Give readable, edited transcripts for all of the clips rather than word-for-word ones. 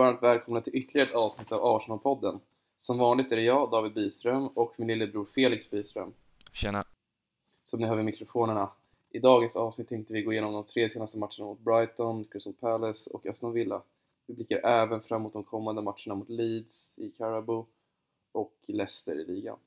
varmt välkomna till ytterligare ett avsnitt av Arsenal-podden. Som vanligt är det jag, David Byström, och min lillebror Felix Byström. Tjena. Som ni hör vid mikrofonerna. I dagens avsnitt tänkte vi gå igenom de 3 senaste matcherna mot Brighton, Crystal Palace och Aston Villa. Vi blickar även fram mot de kommande matcherna mot Leeds i Carabao och Leicester i ligan.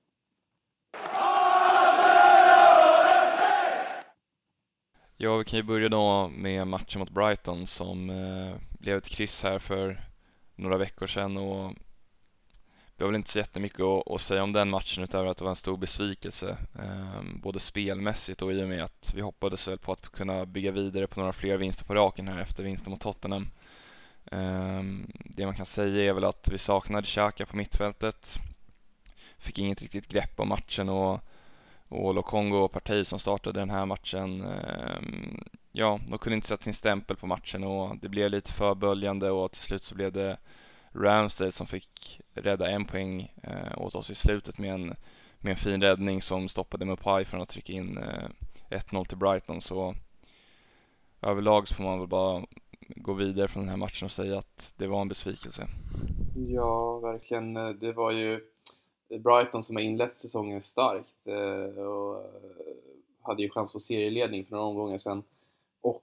Ja, vi kan ju börja då med matchen mot Brighton som blev ett kryss här för några veckor sedan, och vi har väl inte så jättemycket att säga om den matchen utöver att det var en stor besvikelse, både spelmässigt och i och med att vi hoppades väl på att kunna bygga vidare på några fler vinster på raken här efter vinsten mot Tottenham. Det man kan säga är väl att vi saknade Xhaka på mittfältet, fick inget riktigt grepp om matchen, och Lokonga och Partey som startade den här matchen, de kunde inte sätta sin stämpel på matchen, och det blev lite för böljande, och till slut så blev det Ramsdale som fick rädda en poäng åt oss i slutet med en fin räddning som stoppade Maupay från att trycka in 1-0 till Brighton. Så överlag så får man väl bara gå vidare från den här matchen och säga att det var en besvikelse. Ja, verkligen. Det var ju Brighton som har inlett säsongen starkt och hade ju chans på serieledning för några omgångar sedan. Och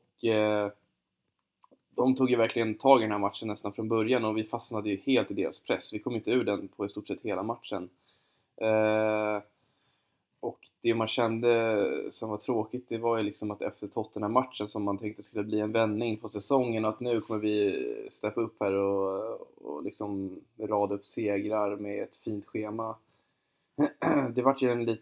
de tog ju verkligen tag i den här matchen nästan från början, och vi fastnade ju helt i deras press. Vi kom inte ur den på i stort sett hela matchen. Och det man kände som var tråkigt, det var ju liksom att efter Tottenham-matchen som man tänkte skulle bli en vändning på säsongen, och att nu kommer vi steppa upp här och liksom rada upp segrar med ett fint schema. Det var ju en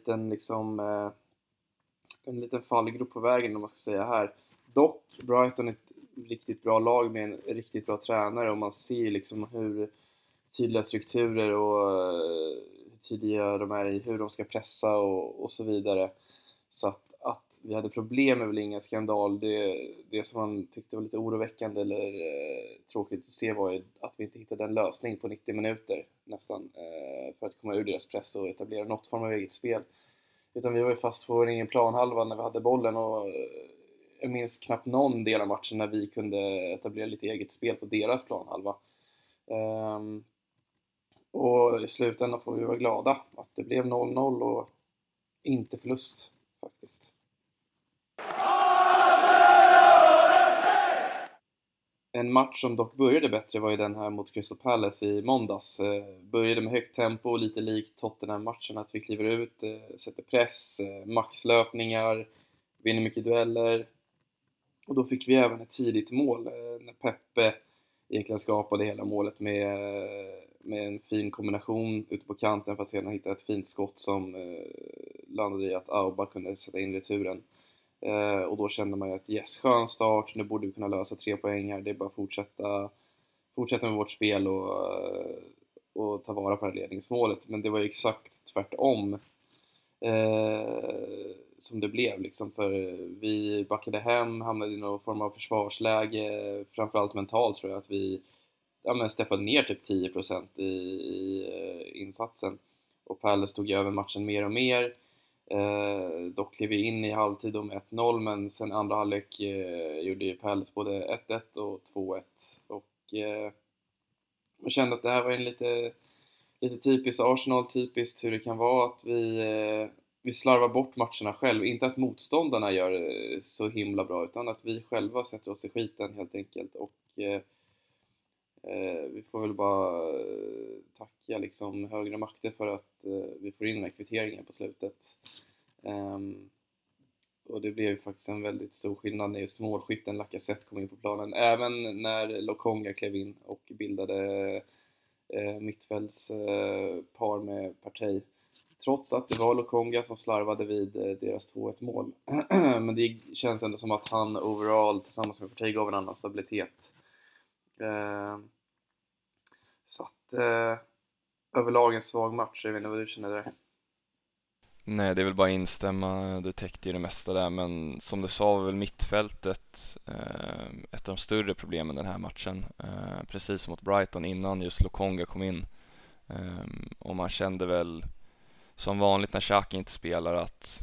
liten fallgrop på vägen, om man ska säga här. Dock, Brighton är ett riktigt bra lag med en riktigt bra tränare, och man ser liksom hur tydliga strukturer och tydliga de är i hur de ska pressa och så vidare. Så att vi hade problem är väl ingen skandal. Det som man tyckte var lite oroväckande eller tråkigt att se var ju att vi inte hittade en lösning på 90 minuter nästan för att komma ur deras press och etablera något form av eget spel. Utan vi var ju fast på vår egen planhalva när vi hade bollen, och jag minns knappt någon del av matchen när vi kunde etablera lite eget spel på deras planhalva. Och i slutändan får vi vara glada att det blev 0-0 och inte förlust faktiskt. En match som dock började bättre var ju den här mot Crystal Palace i måndags. Började med högt tempo, lite likt Tottenham-matchen, att vi kliver ut, sätter press, maxlöpningar, vinner mycket dueller. Och då fick vi även ett tidigt mål när Pepe egentligen skapade hela målet med en fin kombination ute på kanten för att sedan hitta ett fint skott som landade i att Auba kunde sätta in returen. Och då kände man ju att yes, skön start, nu borde vi kunna lösa 3 poäng här. Det är bara fortsätta med vårt spel och ta vara på det här ledningsmålet. Men det var ju exakt tvärtom som det blev liksom, för vi backade hem, hamnade i någon form av försvarsläge, framförallt mentalt tror jag att vi steppade ner typ 10% i insatsen, och Palace tog över matchen mer och mer. Dock klev vi in i halvtid med 1-0, men sen andra halvlek gjorde ju Palace både 1-1 och 2-1, och jag kände att det här var en lite typiskt Arsenal, typiskt hur det kan vara att vi slarvar bort matcherna själv. Inte att motståndarna gör så himla bra, utan att vi själva sätter oss i skiten helt enkelt. Och vi får väl bara tacka liksom högre makter för att vi får in den här kvitteringen på slutet. Och det blev ju faktiskt en väldigt stor skillnad när just målskytten Lacazette kom in på planen. Även när Lokonga klev in och bildade mittfältspar med Partey. Trots att det var Lokonga som slarvade vid deras 2-1 mål. Men det känns ändå som att han overall tillsammans med Partey gav en annan stabilitet. Så att överlag en svag match. Jag vet inte vad du känner där. Nej, det är väl bara instämma. Du täckte ju det mesta där, men som du sa var väl mittfältet ett av de större problemen den här matchen. Precis som mot Brighton innan just Lokonga kom in. Och man kände väl som vanligt när Xhaka inte spelar att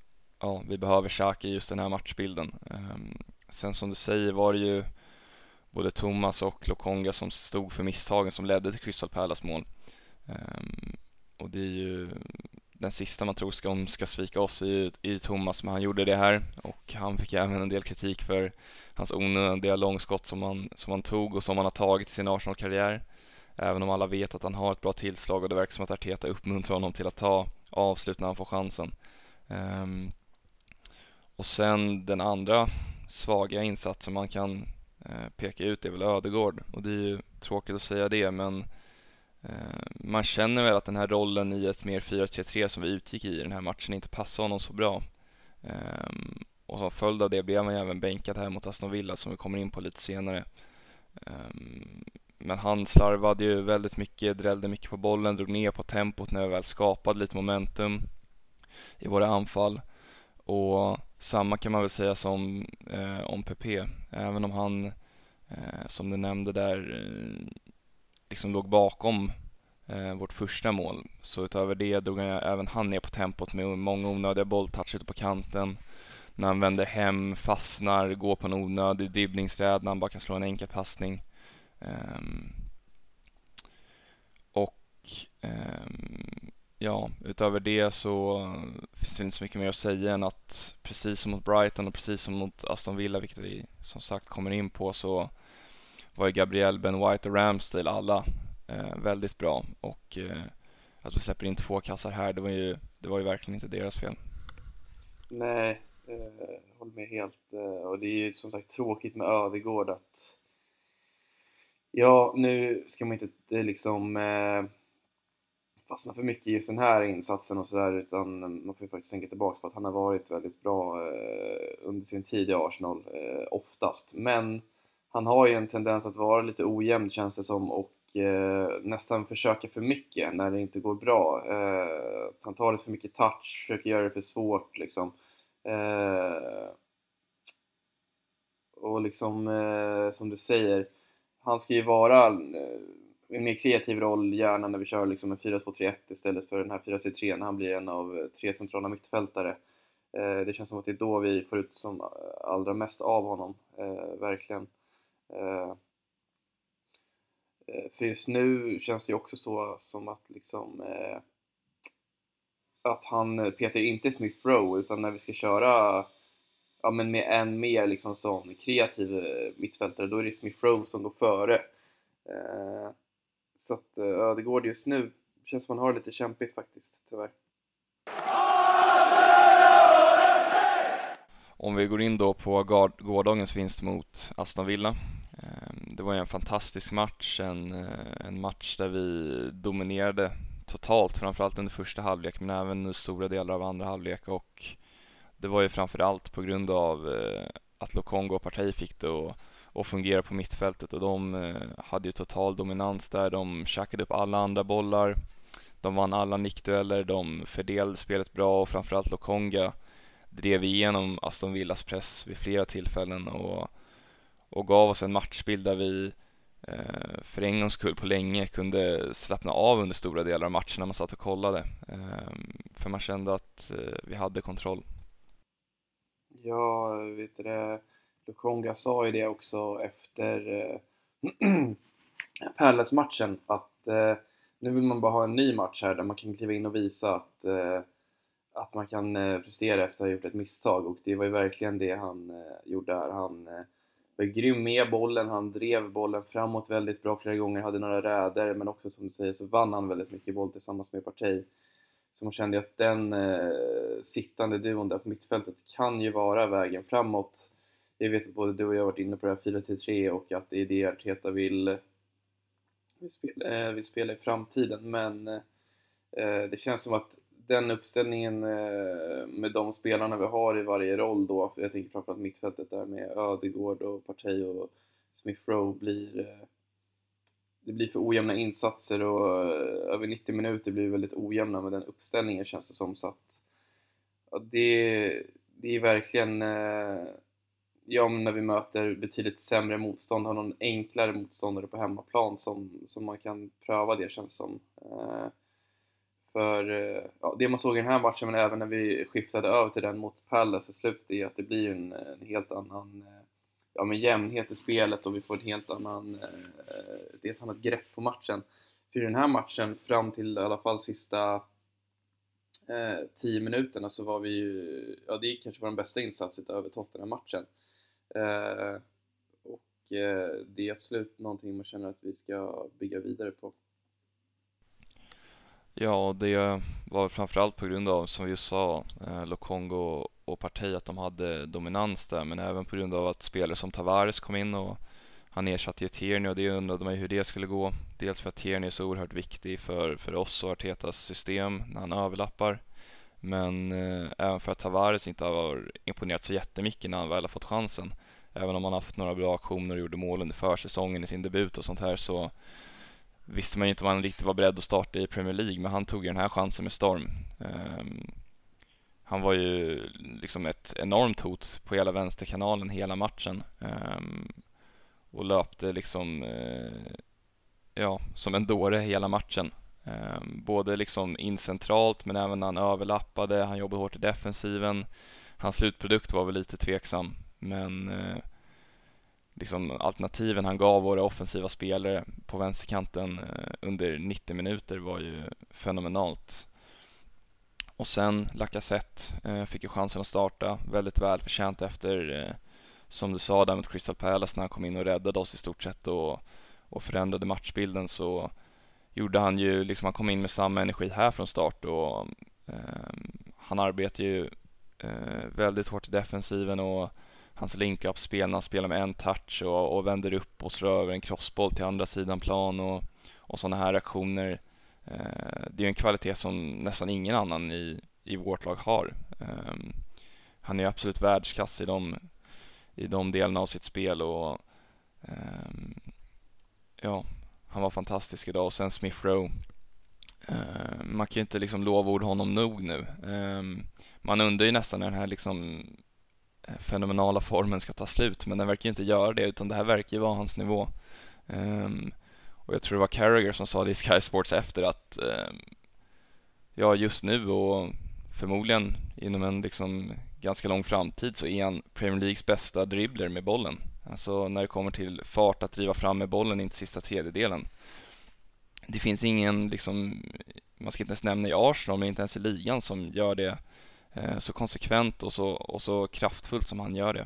vi behöver Xhaka i just den här matchbilden. Sen som du säger var det ju både Thomas och Lokonga som stod för misstagen som ledde till Crystal Palace mål. Och det är ju den sista man tror ska svika oss i Thomas, men han gjorde det här och han fick även en del kritik för hans onödiga långskott som han tog och som han har tagit i sin Arsenal-karriär. Även om alla vet att han har ett bra tillslag och det verkar som att Arteta uppmuntrar honom till att ta avslut när han får chansen. Och sen den andra svaga insatsen man kan peka ut är väl Ödegård, och det är ju tråkigt att säga det, men man känner väl att den här rollen i ett mer 4-3-3 som vi utgick i den här matchen inte passar honom så bra. Och som följd av det blev man ju även bänkad här mot Aston Villa som vi kommer in på lite senare. Men han slarvade ju väldigt mycket, drällde mycket på bollen, drog ner på tempot när vi väl skapade lite momentum i våra anfall. Och samma kan man väl säga som om PP, även om han som du nämnde där liksom låg bakom vårt första mål, så utöver det drog även han ner på tempot med många onödiga bolltouch ute på kanten. När han vänder hem, fastnar, går på en onödig dribblingsräd när han bara kan slå en enkel passning. Ja, utöver det så finns det inte så mycket mer att säga än att precis som mot Brighton och precis som mot Aston Villa, vilket vi som sagt kommer in på, så var ju Gabriel, Ben White och Ramsdale alla väldigt bra, och att vi släpper in 2 kassar här, det var ju verkligen inte deras fel. Nej, håller med helt. Och det är ju som sagt tråkigt med Ödegård att nu ska man inte liksom fastna för mycket i just den här insatsen och sådär, utan man får ju faktiskt tänka tillbaka på att han har varit väldigt bra under sin tid i Arsenal oftast, men han har ju en tendens att vara lite ojämn, känns det som, och nästan försöka för mycket när det inte går bra. Han tar lite för mycket touch, försöker göra det för svårt liksom. Och liksom som du säger, han ska ju vara en mer kreativ roll, gärna när vi kör liksom en 4-2-3-1 istället för den här 4-3-3 när han blir en av 3 centrala mittfältare. Det känns som att det är då vi får ut som allra mest av honom, verkligen. För just nu känns det ju också så som att liksom att han petar inte Smith Rowe, utan när vi ska köra men med en mer liksom sån kreativ mittfältare, då är det Smith Rowe som går före. Så att det går just nu, känns som man har lite kämpigt faktiskt, tyvärr. Om vi går in då på gårdagens vinst mot Aston Villa. Det var en fantastisk match, en match där vi dominerade totalt, framförallt under första halvlek, men även under stora delar av andra halvlek, och det var ju framförallt på grund av att Lokonga och Partey fick det och fungera på mittfältet, och de hade ju total dominans där. De käkade upp alla andra bollar, de vann alla nickdueller, de fördelade spelet bra, och framförallt Lokonga drev igenom Aston Villas press vid flera tillfällen och gav oss en matchbild där vi för en gångs skull på länge kunde slappna av under stora delar av matchen när man satt och kollade, för man kände att vi hade kontroll. Ja, vet du det, Lokonga sa ju det också efter Palace-matchen, att nu vill man bara ha en ny match här där man kan kliva in och visa att man kan prestera efter att ha gjort ett misstag, och det var ju verkligen det han gjorde här. Han var grym med bollen, han drev bollen framåt väldigt bra flera gånger, hade några räder, men också som du säger så vann han väldigt mycket boll tillsammans med Partey. Så man kände att den sittande duon där på mittfältet kan ju vara vägen framåt. Jag vet att både du och jag har varit inne på det här 4-3 och att det är det Arteta vill spela i framtiden, men det känns som att den uppställningen med de spelarna vi har i varje roll då, jag tänker framförallt mittfältet där med Ödegård och Partey och Smith Rowe, det blir för ojämna insatser, och över 90 minuter blir väldigt ojämna med den uppställningen, känns det som. Så att det är verkligen när vi möter betydligt sämre motstånd, har någon enklare motståndare på hemmaplan som man kan pröva, det känns som. För det man såg i den här matchen, men även när vi skiftade över till den mot Palace i slutet, är att det blir en helt annan ja, men jämnhet i spelet och vi får ett helt annat grepp på matchen. För i den här matchen fram till i alla fall sista 10 minuterna så var vi ju, ja, det är kanske vår bästa insats över Tottenham-matchen. Det är absolut någonting man känner att vi ska bygga vidare på. Ja, det var framförallt på grund av, som vi just sa, Lokonga och Partey, att de hade dominans där, men även på grund av att spelare som Tavares kom in och han ersatte Tierney, och det undrade man ju hur det skulle gå. Dels för att Tierney är så oerhört viktig för oss och Artetas system när han överlappar, men även för att Tavares inte har imponerat så jättemycket när han väl har fått chansen. Även om han haft några bra aktioner och gjorde mål under försäsongen i sin debut och sånt här, så visste man ju inte om han riktigt var beredd att starta i Premier League, men han tog ju den här chansen med storm. Han var ju liksom ett enormt hot på hela vänsterkanalen hela matchen, och löpte liksom som en dåre hela matchen. Både liksom incentralt, men även när han överlappade. Han jobbade hårt i defensiven. Hans slutprodukt var väl lite tveksam, men liksom alternativen han gav våra offensiva spelare på vänsterkanten under 90 minuter var ju fenomenalt. Och sen Lacazette fick ju chansen att starta, väldigt välförtjänt efter, som du sa där mot Crystal Palace, när han kom in och räddade oss i stort sett och förändrade matchbilden, så gjorde han ju liksom, han kom in med samma energi här från start, och han arbetar ju väldigt hårt i defensiven, och hans link-up-spel när han spelar med en touch och vänder upp och slår över en crossboll till andra sidan plan och sådana här aktioner. Det är en kvalitet som nästan ingen annan i vårt lag har. Han är absolut världsklass i de delarna av sitt spel, och han var fantastisk idag. Och sen Smith Rowe, man kan ju inte liksom lovord honom nog nu. Man undrar ju nästan när den här liksom fenomenala formen ska ta slut, men den verkar ju inte göra det, utan det här verkar ju vara hans nivå. Och jag tror det var Carragher som sa det i Sky Sports efter att just nu och förmodligen inom en liksom ganska lång framtid så är han Premier Leagues bästa dribbler med bollen. Alltså när det kommer till fart att driva fram med bollen in till sista tredjedelen. Det finns ingen liksom, man ska inte ens nämna i Arsenal, men inte ens i ligan, som gör det så konsekvent och så kraftfullt som han gör det.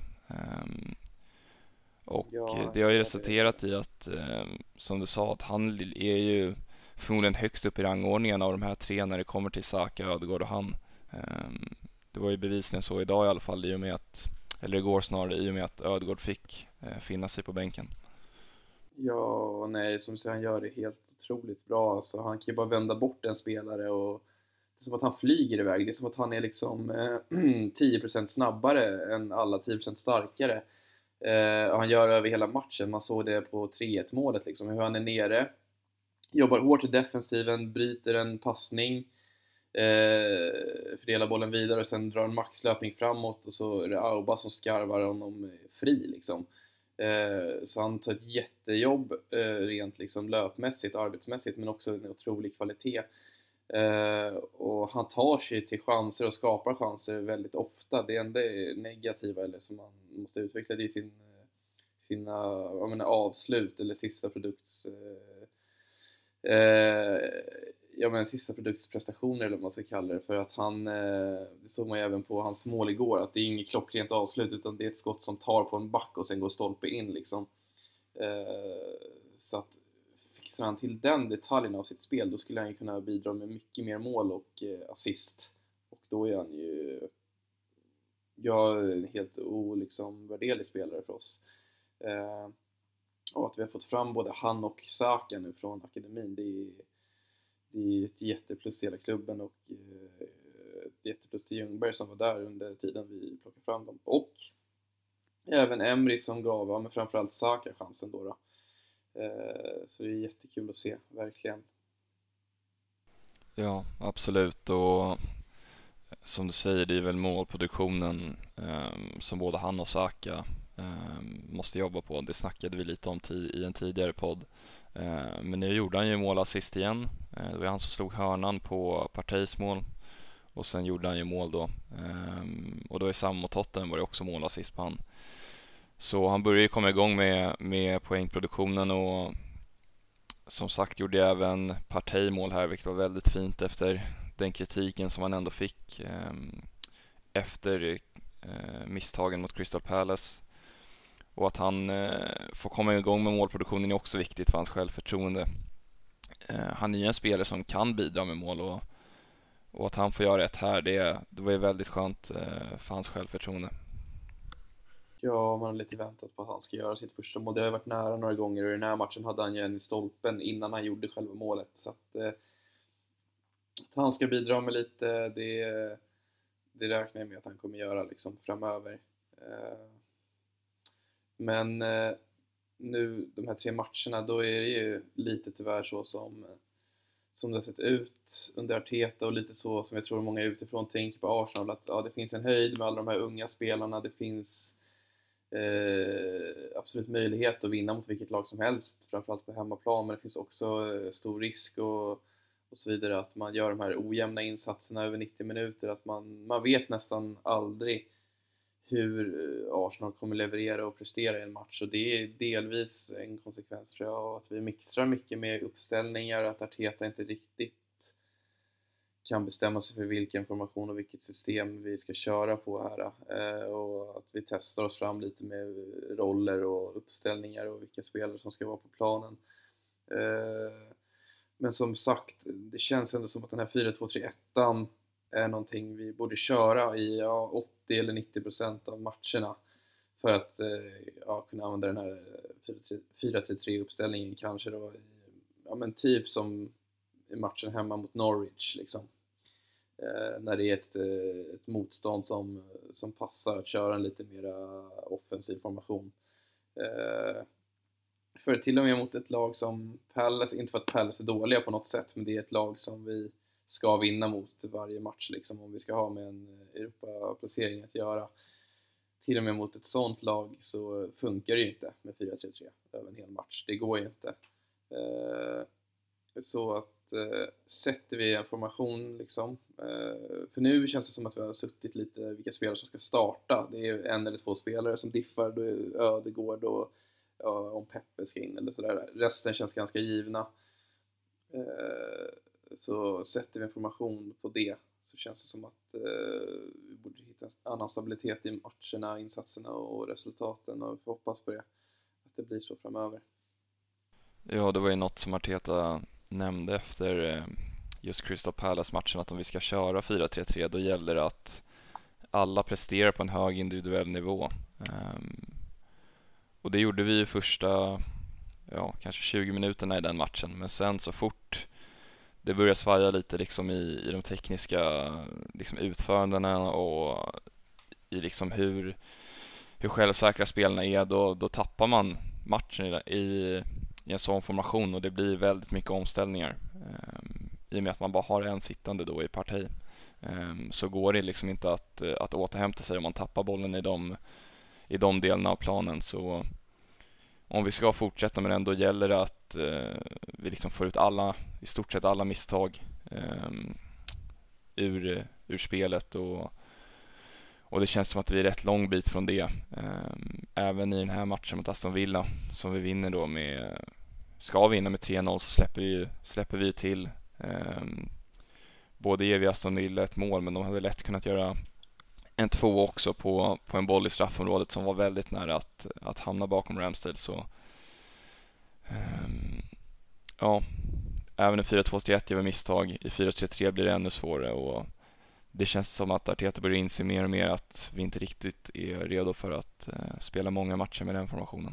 Och det har ju resulterat i att, som du sa, att han är ju förmodligen högst upp i rangordningen av de här tre när det kommer till Saka, Ödegaard och han. Det var ju bevisligen så idag i alla fall, igår snarare, i och med att Ödegaard fick finna sig på bänken. Ja, nej, som han gör det helt otroligt bra. Alltså, han kan ju bara vända bort en spelare och det är som att han flyger iväg. Det är som att han är liksom 10% snabbare än alla, 10% starkare. Och han gör över hela matchen. Man såg det på 3-1 målet liksom, hur han är nere, jobbar hårt i defensiven, bryter en passning, fördelar bollen vidare och sen drar en maxlöpning framåt, och så är det Auba som skarvar honom fri liksom. Så han tar ett jättejobb rent liksom löpmässigt, arbetsmässigt, men också en otrolig kvalitet. Och han tar sig till chanser och skapar chanser väldigt ofta. Det enda negativa eller som man måste utveckla, det är sina avslut eller sista produktsprestationer eller vad man ska kalla det, för att han, det såg man ju även på hans mål igår, att det är inget klockrent avslut, utan det är ett skott som tar på en back och sen går stolpe in liksom. Så att fixar han till den detaljen av sitt spel, då skulle han ju kunna bidra med mycket mer mål och assist, och då är han ju en helt värdelig spelare för oss. Och att vi har fått fram både han och Saka nu från akademin, det är ett jätteplus till hela klubben, och ett jätteplus till Ljungberg som var där under tiden vi plockade fram dem, och även Emery som gav, men framförallt Saka chansen då. Så det är jättekul att se, verkligen. Ja, absolut, och som du säger, det är väl målproduktionen som både han och Saka måste jobba på. Det snackade vi lite om i en tidigare podd. Men nu gjorde han ju målassist igen. Det var han som slog hörnan på Parteys mål, och sen gjorde han ju mål då. Och då i samma mot Tottenham var det också målassist på han. Så han började ju komma igång med poängproduktionen och som sagt gjorde även Partey-mål här, vilket var väldigt fint efter den kritiken som han ändå fick efter misstagen mot Crystal Palace. Och att han får komma igång med målproduktionen är också viktigt för hans självförtroende. Han är ju en spelare som kan bidra med mål och att han får göra ett här, det var ju väldigt skönt för hans självförtroende. Ja, man har lite väntat på att han ska göra sitt första mål. Det har varit nära några gånger och i den här matchen hade han ju en i stolpen innan han gjorde själva målet. Så att han ska bidra med lite, det räknar jag med att han kommer göra liksom framöver. Men nu de här 3 matcherna, då är det ju lite tyvärr så som det har sett ut under Arteta och lite så som jag tror många utifrån tänker på Arsenal, att ja, det finns en höjd med alla de här unga spelarna, det finns absolut möjlighet att vinna mot vilket lag som helst, framförallt på hemmaplan, men det finns också stor risk och så vidare, att man gör de här ojämna insatserna över 90 minuter, att man vet nästan aldrig hur Arsenal kommer leverera och prestera i en match, och det är delvis en konsekvens tror jag av att vi mixtrar mycket med uppställningar, att Arteta inte riktigt kan bestämma sig för vilken formation och vilket system vi ska köra på här, och att vi testar oss fram lite med roller och uppställningar och vilka spelare som ska vara på planen. Men som sagt, det känns ändå som att den här 4-2-3-1 är någonting vi borde köra i 80 eller 90% av matcherna för att kunna använda den här 4-3-3 uppställningen kanske då, men typ som i matchen hemma mot Norwich liksom. När det är ett motstånd som passar att köra en lite mer offensiv formation. För till och med mot ett lag som Palace, inte för att Palace är dåliga på något sätt, men det är ett lag som vi ska vinna mot varje match liksom, om vi ska ha med en Europa-placering att göra. Till och med mot ett sånt lag så funkar det ju inte med 4-3-3 över en hel match. Det går ju inte. Så att sätter vi en formation liksom, för nu känns det som att vi har suttit lite vilka spelare som ska starta. Det är en eller två spelare som diffar, då är Ödegård och om Peppe ska in eller sådär. Resten känns ganska givna. Så sätter vi en formation på det, så känns det som att vi borde hitta en annan stabilitet i matcherna, insatserna och resultaten, och vi får hoppas på det, att det blir så framöver. Ja, det var ju något som Arteta nämnde efter just Crystal Palace-matchen, att om vi ska köra 4-3-3 då gäller det att alla presterar på en hög individuell nivå. Och det gjorde vi ju första kanske 20 minuterna i den matchen, men sen så fort det börjar svaja lite liksom i de tekniska liksom utförandena och i liksom hur självsäkra spelarna är, då tappar man matchen i en sån formation, och det blir väldigt mycket omställningar. I och med att man bara har en sittande då i Partey, så går det liksom inte att återhämta sig om man tappar bollen i de delarna av planen. Så om vi ska fortsätta med den, då gäller det att vi liksom får ut i stort sett alla misstag ur spelet, och det känns som att vi är rätt lång bit från det. Även i den här matchen mot Aston Villa som vi vinner då ska vinna med 3-0, så släpper vi till. Både ger vi Aston Villa ett mål, men de hade lätt kunnat göra en 2 också på en boll i straffområdet som var väldigt nära att hamna bakom Ramsdale. Så även i 4-2-3-1 gör vi misstag. I 4-3-3 blir det ännu svårare, och det känns som att Arteta börjar inse mer och mer att vi inte riktigt är redo för att spela många matcher med den formationen.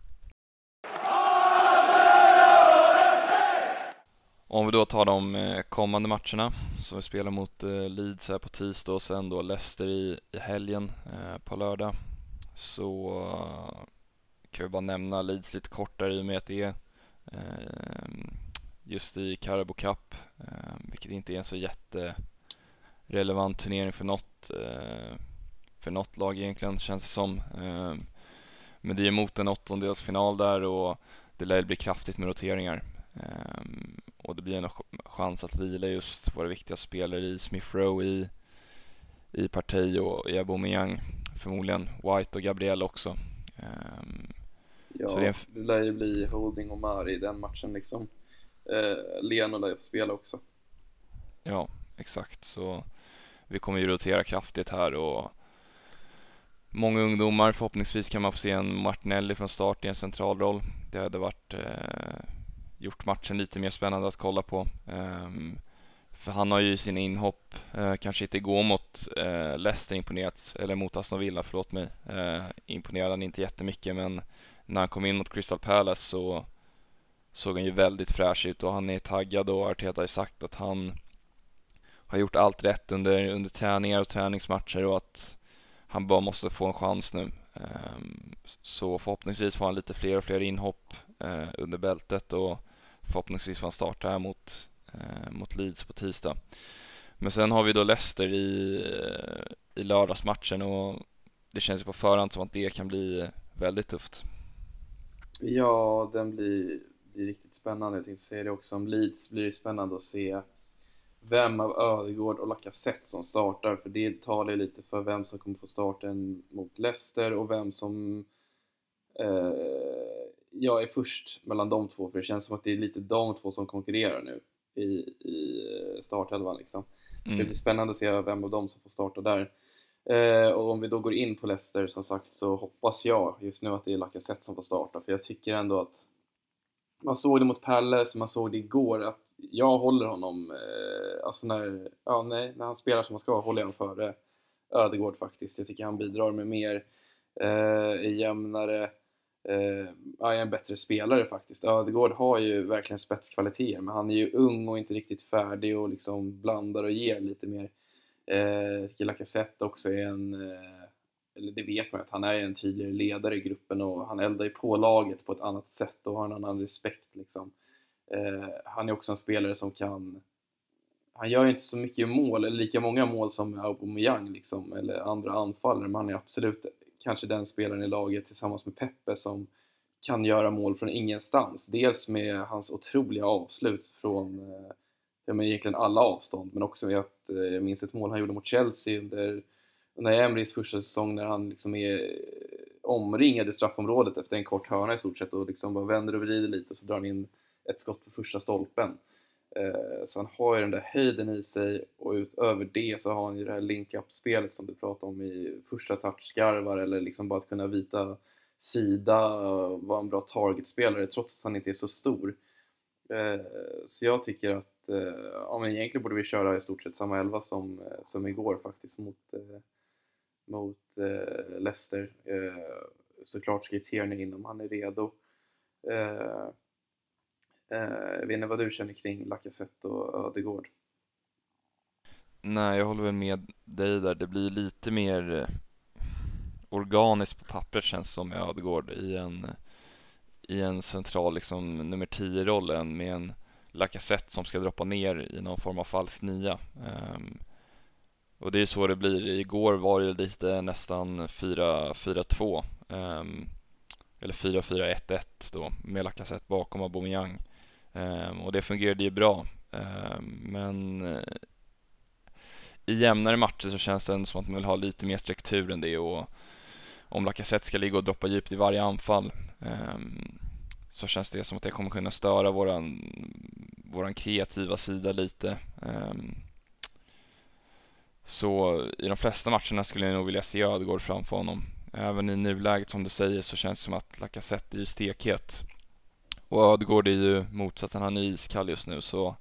Om vi då tar de kommande matcherna, så vi spelar mot Leeds här på tisdag och sen då Leicester i helgen på lördag, så kan vi bara nämna Leeds lite kortare i och med att det är just i Carabao Cup, vilket inte är en så jätterelevant turnering för något lag egentligen, känns det som. Men det är emot en åttondelsfinal där, och det lär bli kraftigt med roteringar. Och det blir en chans att vila just våra viktiga spelare i Smith Rowe, i Partey och i Aubameyang, förmodligen White och Gabriel också. Så Ja, det lär ju bli Holding och Mari i den matchen liksom. Leno lär ju få spela också. Ja, exakt. Så vi kommer ju rotera kraftigt här och många ungdomar. Förhoppningsvis kan man få se en Martinelli från start i en central roll. Det hade varit gjort matchen lite mer spännande att kolla på. För han har ju i sin inhopp, kanske inte igår mot Leicester imponerat, eller mot Aston Villa, förlåt mig, imponerade han inte jättemycket, men när han kom in mot Crystal Palace så såg han ju väldigt fräsch ut och han är taggad och Arteta har sagt att han har gjort allt rätt under träningar och träningsmatcher och att han bara måste få en chans nu. Så förhoppningsvis får han lite fler och fler inhopp under bältet och förhoppningsvis får han starta här mot Leeds på tisdag. Men sen har vi då Leicester i lördagsmatchen och det känns ju på förhand som att det kan bli väldigt tufft. Ja, den blir riktigt spännande. Jag tänkte säga det också, om Leeds blir det spännande att se vem av Ödegård och Lacazette som startar, för det talar lite för vem som kommer få starten mot Leicester och vem som är först mellan de två, för det känns som att det är lite de två som konkurrerar nu i startelvan liksom. Så det blir spännande att se vem av dem som får starta där. Och om vi då går in på Leicester, som sagt, så hoppas jag just nu att det är Lacazette som får starta, för jag tycker ändå att man såg det mot Palace, man såg det igår, att jag håller honom alltså när han spelar som han ska, håller jag honom före Ödegård faktiskt. Jag tycker han bidrar med mer, är jämnare, är en bättre spelare faktiskt. Ödegård har ju verkligen spetskvaliteter, men han är ju ung och inte riktigt färdig och liksom blandar och ger lite mer. Jag tycker Lacazette också är eller det vet man att han är en tydligare ledare i gruppen och han eldar ju på laget på ett annat sätt och har en annan respekt liksom. Han är också en spelare som han gör inte så mycket mål eller lika många mål som Aubameyang liksom, eller andra anfallare, men han är absolut kanske den spelaren i laget tillsammans med Pepe som kan göra mål från ingenstans. Dels med hans otroliga avslut från egentligen alla avstånd, men också med att jag minns ett mål han gjorde mot Chelsea under Emerys första säsong, när han liksom är omringad i straffområdet efter en kort hörna i stort sett och liksom bara vänder och vrider lite och så drar han in ett skott på första stolpen. Så han har ju den där höjden i sig, och utöver det så har han ju det här link-up-spelet som du pratade om i första touchskarvar, eller liksom bara att kunna vita sida och vara en bra targetspelare trots att han inte är så stor. Så jag tycker att men egentligen borde vi köra i stort sett samma 11 som igår faktiskt mot Leicester. Såklart ska Tierney in om han är redo. Jag vet inte vad du känner kring Lacazette och Ödegård. Nej, jag håller väl med dig där. Det blir lite mer organiskt på pappret, känns som, med Ödegård i en central liksom nummer 10-rollen med en Lacazette som ska droppa ner i någon form av falsk nia. Och det är så det blir. Igår var det lite nästan 4-4-2 eller 4-4-1-1 då, med Lacazette bakom Aubameyang. Och det fungerade ju bra. Men i jämnare matcher så känns det som att man vill ha lite mer struktur än det, och om Lacazette ska ligga och droppa djupt i varje anfall så känns det som att det kommer kunna störa våran kreativa sida lite. Så i de flesta matcherna skulle jag nog vilja se Ödegård framför honom. Även i nuläget, som du säger, så känns det som att Lacazette är ju stekhet. Och Ödegård är ju motsatt, han är iskall just nu. Så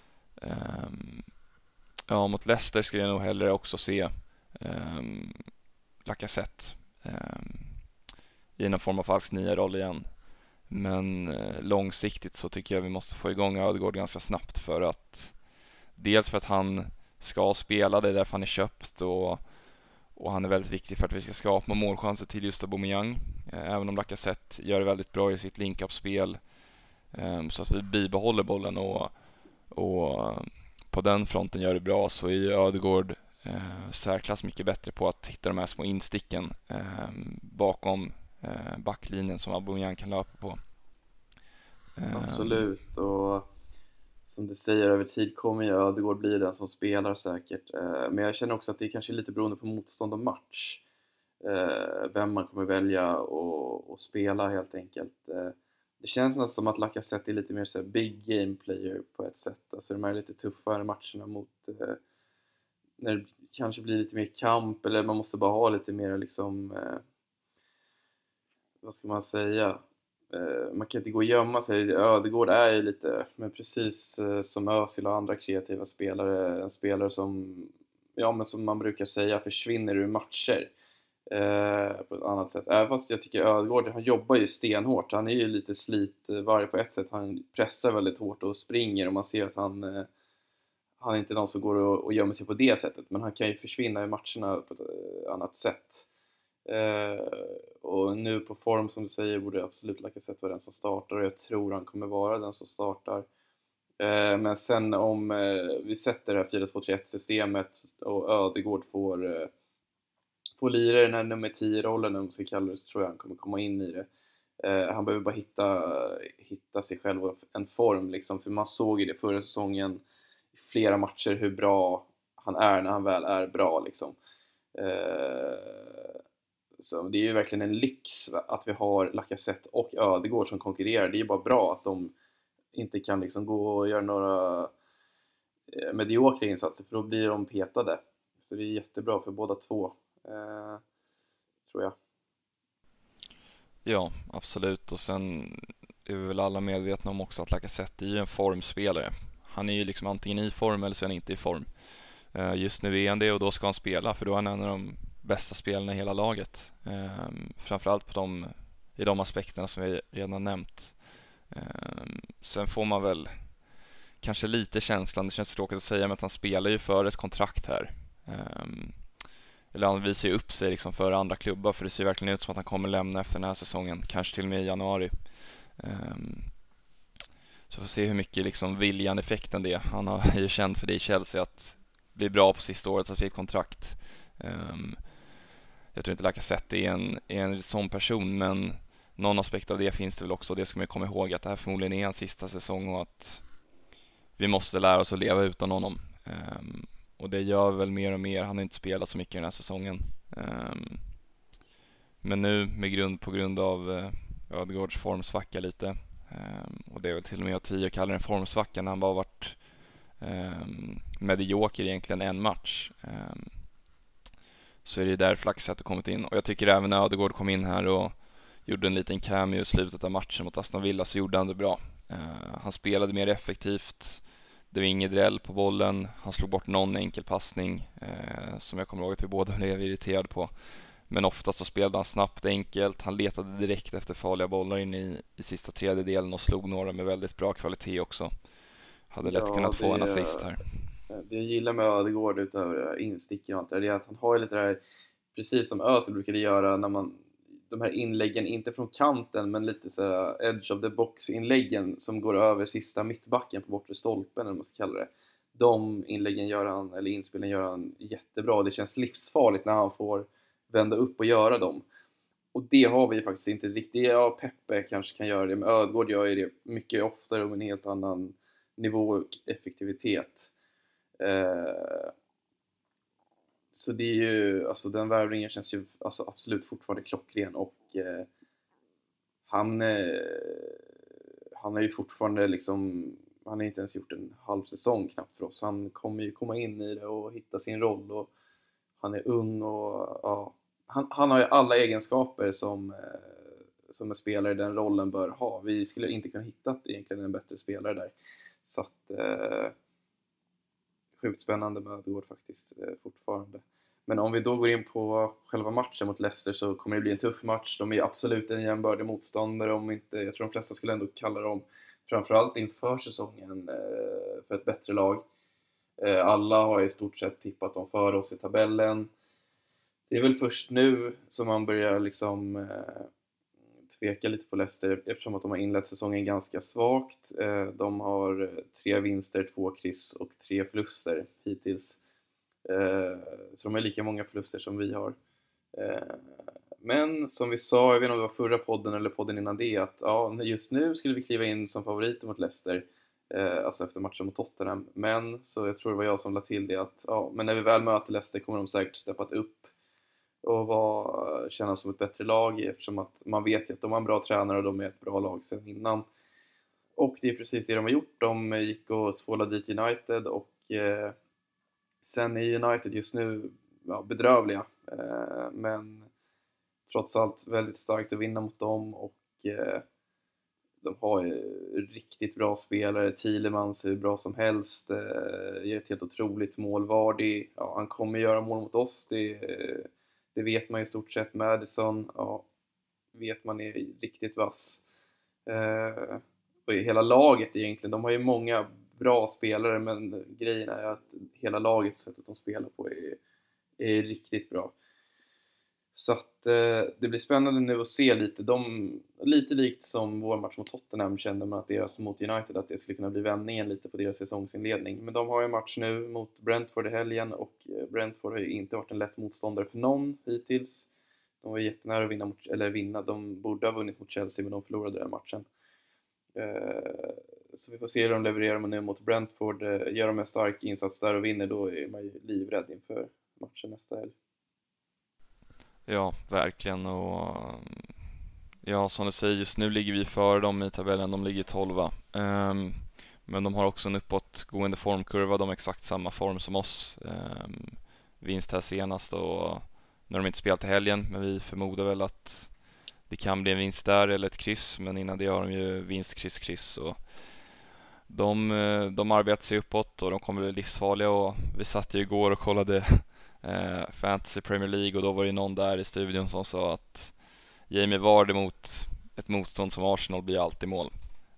mot Leicester skulle jag nog hellre också se Lacazette i någon form av falsk nia-roll igen. Men långsiktigt så tycker jag vi måste få igång Ödegård ganska snabbt, för att dels för att han ska spela, det är därför han är köpt, och han är väldigt viktig för att vi ska skapa målchanser till just Aubameyang, även om Lacazette gör det väldigt bra i sitt link-up-spel, så att vi bibehåller bollen och på den fronten gör det bra, så är Ödegård särklass mycket bättre på att hitta de här små insticken bakom backlinjen som Aubameyang kan löpa på. Absolut, och som du säger, över tid kommer ju Ödegård bli den som spelar säkert. Men jag känner också att det kanske är lite beroende på motstånd och match. vem man kommer välja och spela helt enkelt. Det känns nästan som att Lacazette är lite mer så här big game player på ett sätt. Alltså de här lite tuffare matcherna mot när det kanske blir lite mer kamp, eller man måste bara ha lite mer liksom vad ska man säga, man kan inte gå och gömma sig. Ödegård är ju lite, men precis som Özil och andra kreativa spelare, en spelare som, ja, men som man brukar säga, försvinner ur matcher på ett annat sätt. Även fast jag tycker Ödegård, han jobbar ju stenhårt. Han är ju lite slitvarg på ett sätt. Han pressar väldigt hårt och springer, och man ser att han är inte någon som går och gömmer sig på det sättet. Men han kan ju försvinna i matcherna på ett annat sätt. Och nu på form, som du säger, borde absolut Lacazette vara den som startar, och jag tror han kommer vara den som startar. Men sen om vi sätter det här 4-2-3-1 systemet och Ödegård får lira den här nummer 10-rollen, om man ska kalla det, så tror jag han kommer komma in i det. Han behöver bara hitta sig själv och en form liksom, för man såg ju det förra säsongen i flera matcher hur bra han är när han väl är bra liksom. Så det är ju verkligen en lyx att vi har Lacazette och Ödegård som konkurrerar. Det är ju bara bra att de inte kan liksom gå och göra några mediokra insatser, för då blir de petade. Så det är jättebra för båda två, tror jag. Ja, absolut. Och sen är vi väl alla medvetna om också att Lacazette är ju en formspelare. Han är ju liksom antingen i form eller så är han inte i form. Just nu är han det, och då ska han spela, för då är han en av de bästa spelarna i hela laget. Framförallt i de aspekterna som vi redan har nämnt. Sen får man väl kanske lite känslan, det känns tråkigt att säga, men att han spelar ju för ett kontrakt här. Eller han visar ju upp sig liksom för andra klubbar, för det ser verkligen ut som att han kommer lämna efter den här säsongen, kanske till och med i januari. Så får se hur mycket liksom viljan-effekten det är. Han har ju känt för det i Chelsea att bli bra på sista året av sitt kontrakt. Jag tror inte Lacazette är en sån person, men någon aspekt av det finns det väl också. Det ska man komma ihåg, att det här förmodligen är en sista säsong och att vi måste lära oss att leva utan honom. Och det gör väl mer och mer. Han har inte spelat så mycket den här säsongen. Men nu på grund av Ödegårds formsvacka lite. Och det är väl till och med att Tio kallar en formsvacka när han bara varit medioker egentligen en match. Så är det därför Lacazette har kommit in. Och jag tycker även när Ödegård kom in här och gjorde en liten cameo i slutet av matchen mot Aston Villa, så gjorde han det bra. Han spelade mer effektivt. Det var inget dräll på bollen. Han slog bort någon enkel passning som jag kommer ihåg att vi båda blev irriterade på. Men oftast så spelade han snabbt, enkelt. Han letade direkt efter farliga bollar in i sista tredjedelen och slog några med väldigt bra kvalitet också. Hade lätt kunnat få en assist här. Det jag gillar med Ödegård utöver insticken och allt det är att han har lite det här, precis som Özil brukade göra när de här inläggen, inte från kanten men lite så här edge of the box inläggen som går över sista mittbacken på bortre stolpen, eller vad man ska kalla det. De inläggen eller inspelen gör han jättebra. Det känns livsfarligt när han får vända upp och göra dem. Och det har vi faktiskt inte riktigt. Ja, Peppe kanske kan göra det, men Ödegård gör ju det mycket oftare och med en helt annan nivå och effektivitet. Så det är ju, alltså den värvningen känns ju alltså absolut fortfarande klockren, och han är ju fortfarande liksom, han har inte ens gjort en halv säsong knappt för oss. Han kommer ju komma in i det och hitta sin roll, och han är ung och ja, han har ju alla egenskaper som en spelare i den rollen bör ha. Vi skulle inte kunna hitta egentligen en bättre spelare där. Så att sjukt spännande med Ödegård faktiskt fortfarande. Men om vi då går in på själva matchen mot Leicester, så kommer det bli en tuff match. De är absolut en jämbördig motståndare, om inte, jag tror de flesta skulle ändå kalla dem, framförallt inför säsongen, för ett bättre lag. Alla har i stort sett tippat dem för oss i tabellen. Det är väl först nu som man börjar liksom tveka lite på Leicester, eftersom att de har inlett säsongen ganska svagt. De har 3 vinster, 2 kryss och 3 förluster hittills. Så de har lika många förluster som vi har. Men som vi sa, jag vet inte om det var förra podden eller podden innan det, att ja, just nu skulle vi kliva in som favoriter mot Leicester, alltså efter matchen mot Tottenham. Men så jag tror det var jag som la till det, att ja, men när vi väl möter Leicester kommer de säkert steppat upp och kännas som ett bättre lag, eftersom att man vet ju att de har en bra tränare och de är ett bra lag sedan innan. Och det är precis det de har gjort. De gick och tvålade dit United och sen är United just nu bedrövliga. Men trots allt väldigt starkt att vinna mot dem och de har ju riktigt bra spelare. Thielemans är bra som helst. Gör ett helt otroligt mål. Vardy, han kommer göra mål mot oss. Det vet man i stort sett. Madison, vet man är riktigt vass. Och hela laget egentligen. De har ju många bra spelare, men grejen är att hela laget, sättet de spelar på, är riktigt bra. Så att det blir spännande nu att se lite likt som vår match mot Tottenham kände man att deras mot United, att det skulle kunna bli vändningen lite på deras säsongsinledning. Men de har ju en match nu mot Brentford i helgen och Brentford har ju inte varit en lätt motståndare för någon hittills. De var jättenära att vinna. De borde ha vunnit mot Chelsea, men de förlorade den matchen. Så vi får se hur de levererar nu mot Brentford. Gör de en stark insats där och vinner, då är man ju livrädd inför matchen nästa helg. Ja, verkligen. Och ja, som du säger, just nu ligger vi före dem i tabellen. De ligger 12. Men de har också en uppåtgående formkurva. De har exakt samma form som oss. Vinst här senast och när de inte spelat i helgen. Men vi förmodar väl att det kan bli en vinst där eller ett kryss. Men innan det har de ju vinst, kryss. Och de arbetar sig uppåt och de kommer bli livsfarliga. Och vi satt ju igår och kollade Fantasy Premier League och då var det någon där i studion som sa att Jamie Vardy mot ett motstånd som Arsenal blir alltid mål.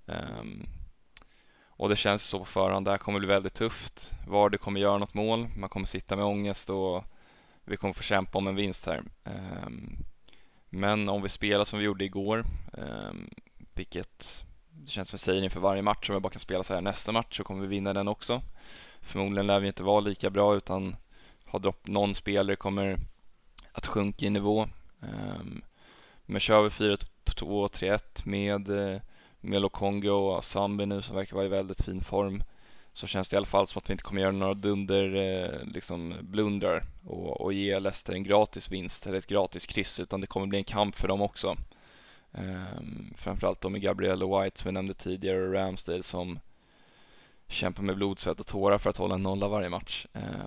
Och det känns så på förhand. Det här kommer bli väldigt tufft. Vardy kommer göra något mål. Man kommer sitta med ångest och vi kommer få kämpa om en vinst här. Men om vi spelar som vi gjorde igår, vilket det känns som jag säger inför varje match, om vi bara kan spela så här nästa match så kommer vi vinna den också. Förmodligen lär vi inte vara lika bra, utan någon spelare kommer att sjunka i nivå. Men kör vi 4-2-3-1 med Lokonga och Sambi nu som verkar vara i väldigt fin form, så känns det i alla fall som att vi inte kommer göra några blundrar och ge Leicester en gratis vinst eller ett gratis kryss, utan det kommer bli en kamp för dem också. Framförallt med Gabriel och White som vi nämnde tidigare och Ramsdale som kämpar med blod, svett och tårar för att hålla en nolla varje match.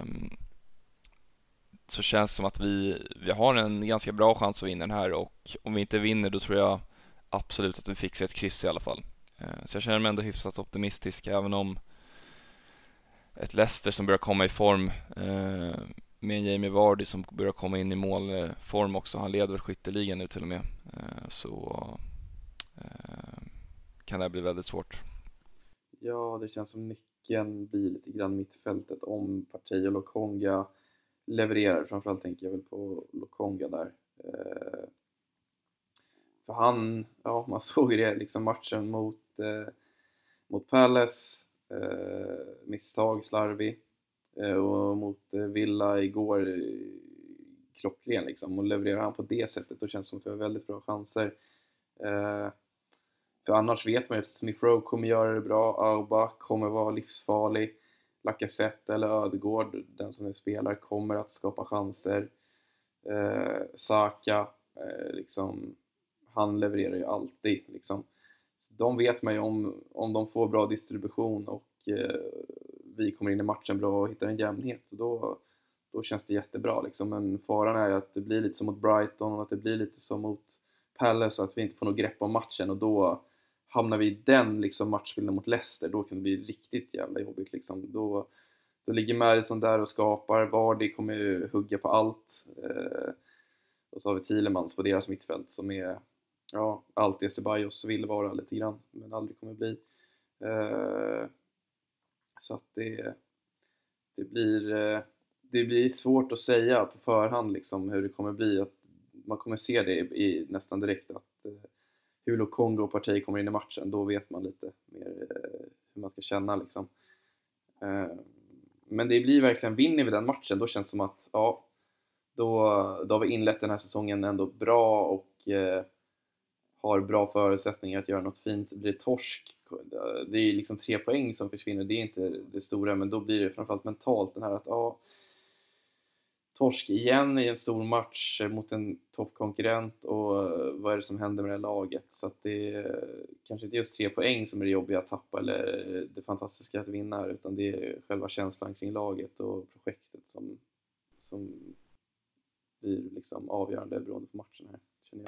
Så känns det som att vi har en ganska bra chans att vinna den här, och om vi inte vinner då tror jag absolut att vi fixar ett kryss i alla fall. Så jag känner mig ändå hyfsat optimistisk, även om ett Leicester som börjar komma i form med en Jamie Vardy som börjar komma in i målform också. Han leder väl skytteligan nu till och med. Så kan det bli väldigt svårt. Ja, det känns som nyckeln blir lite grann mittfältet om Partey och Lokonga levererar. Framförallt tänker jag väl på Lokonga där. För han, man såg ju det liksom matchen mot Palace, misstag, slarvig, och mot Villa igår klockren liksom, och levererar han på det sättet då känns det som att vi har väldigt bra chanser. För annars vet man ju att Smith Rowe kommer göra det bra, Auba kommer vara livsfarlig, Lacazette eller Ödegård, den som nu spelar, kommer att skapa chanser. Saka, liksom, han levererar ju alltid liksom. Så de vet man ju om de får bra distribution och vi kommer in i matchen bra och hittar en jämnhet, då känns det jättebra liksom. Men faran är ju att det blir lite som mot Brighton och att det blir lite som mot Palace, att vi inte får något grepp om matchen, och då hamnar vi i den liksom matchbilden mot Leicester, då kan det bli riktigt jävla jobbigt liksom. Då ligger Madison där och skapar, Vardy kommer ju hugga på allt, och så har vi Thielemans på deras mittfält som är allt det Ceballos vill vara lite grann, men aldrig kommer bli. Så att det blir svårt att säga på förhand liksom hur det kommer bli. Att man kommer se det i nästan direkt att hur Lokonga och Partey kommer in i matchen, då vet man lite mer hur man ska känna liksom. Men det blir verkligen, vinner vi den matchen, då känns det som att då har vi inlett den här säsongen ändå bra och har bra förutsättningar att göra något fint. Det blir torsk, det är liksom 3 poäng som försvinner, det är inte det stora, men då blir det framförallt mentalt den här att torsk igen i en stor match mot en toppkonkurrent, och vad är det som händer med det här laget? Så att det är kanske inte just 3 poäng som är det jobbiga att tappa eller det fantastiska att vinna, utan det är själva känslan kring laget och projektet som blir liksom avgörande beroende på matchen här, känner jag.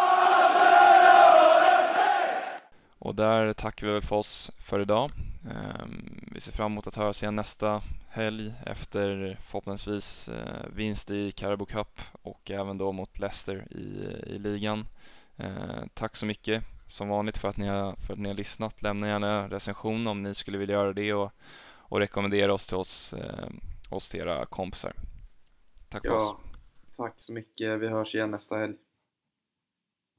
Och där tackar vi väl för oss för idag. Vi ser fram emot att höras igen nästa helg efter förhoppningsvis vinst i Carabao Cup och även då mot Leicester i ligan. Tack så mycket som vanligt för att ni har lyssnat. Lämna gärna recension om ni skulle vilja göra det och rekommendera oss till era kompisar. Tack för oss. Tack så mycket. Vi hörs igen nästa helg.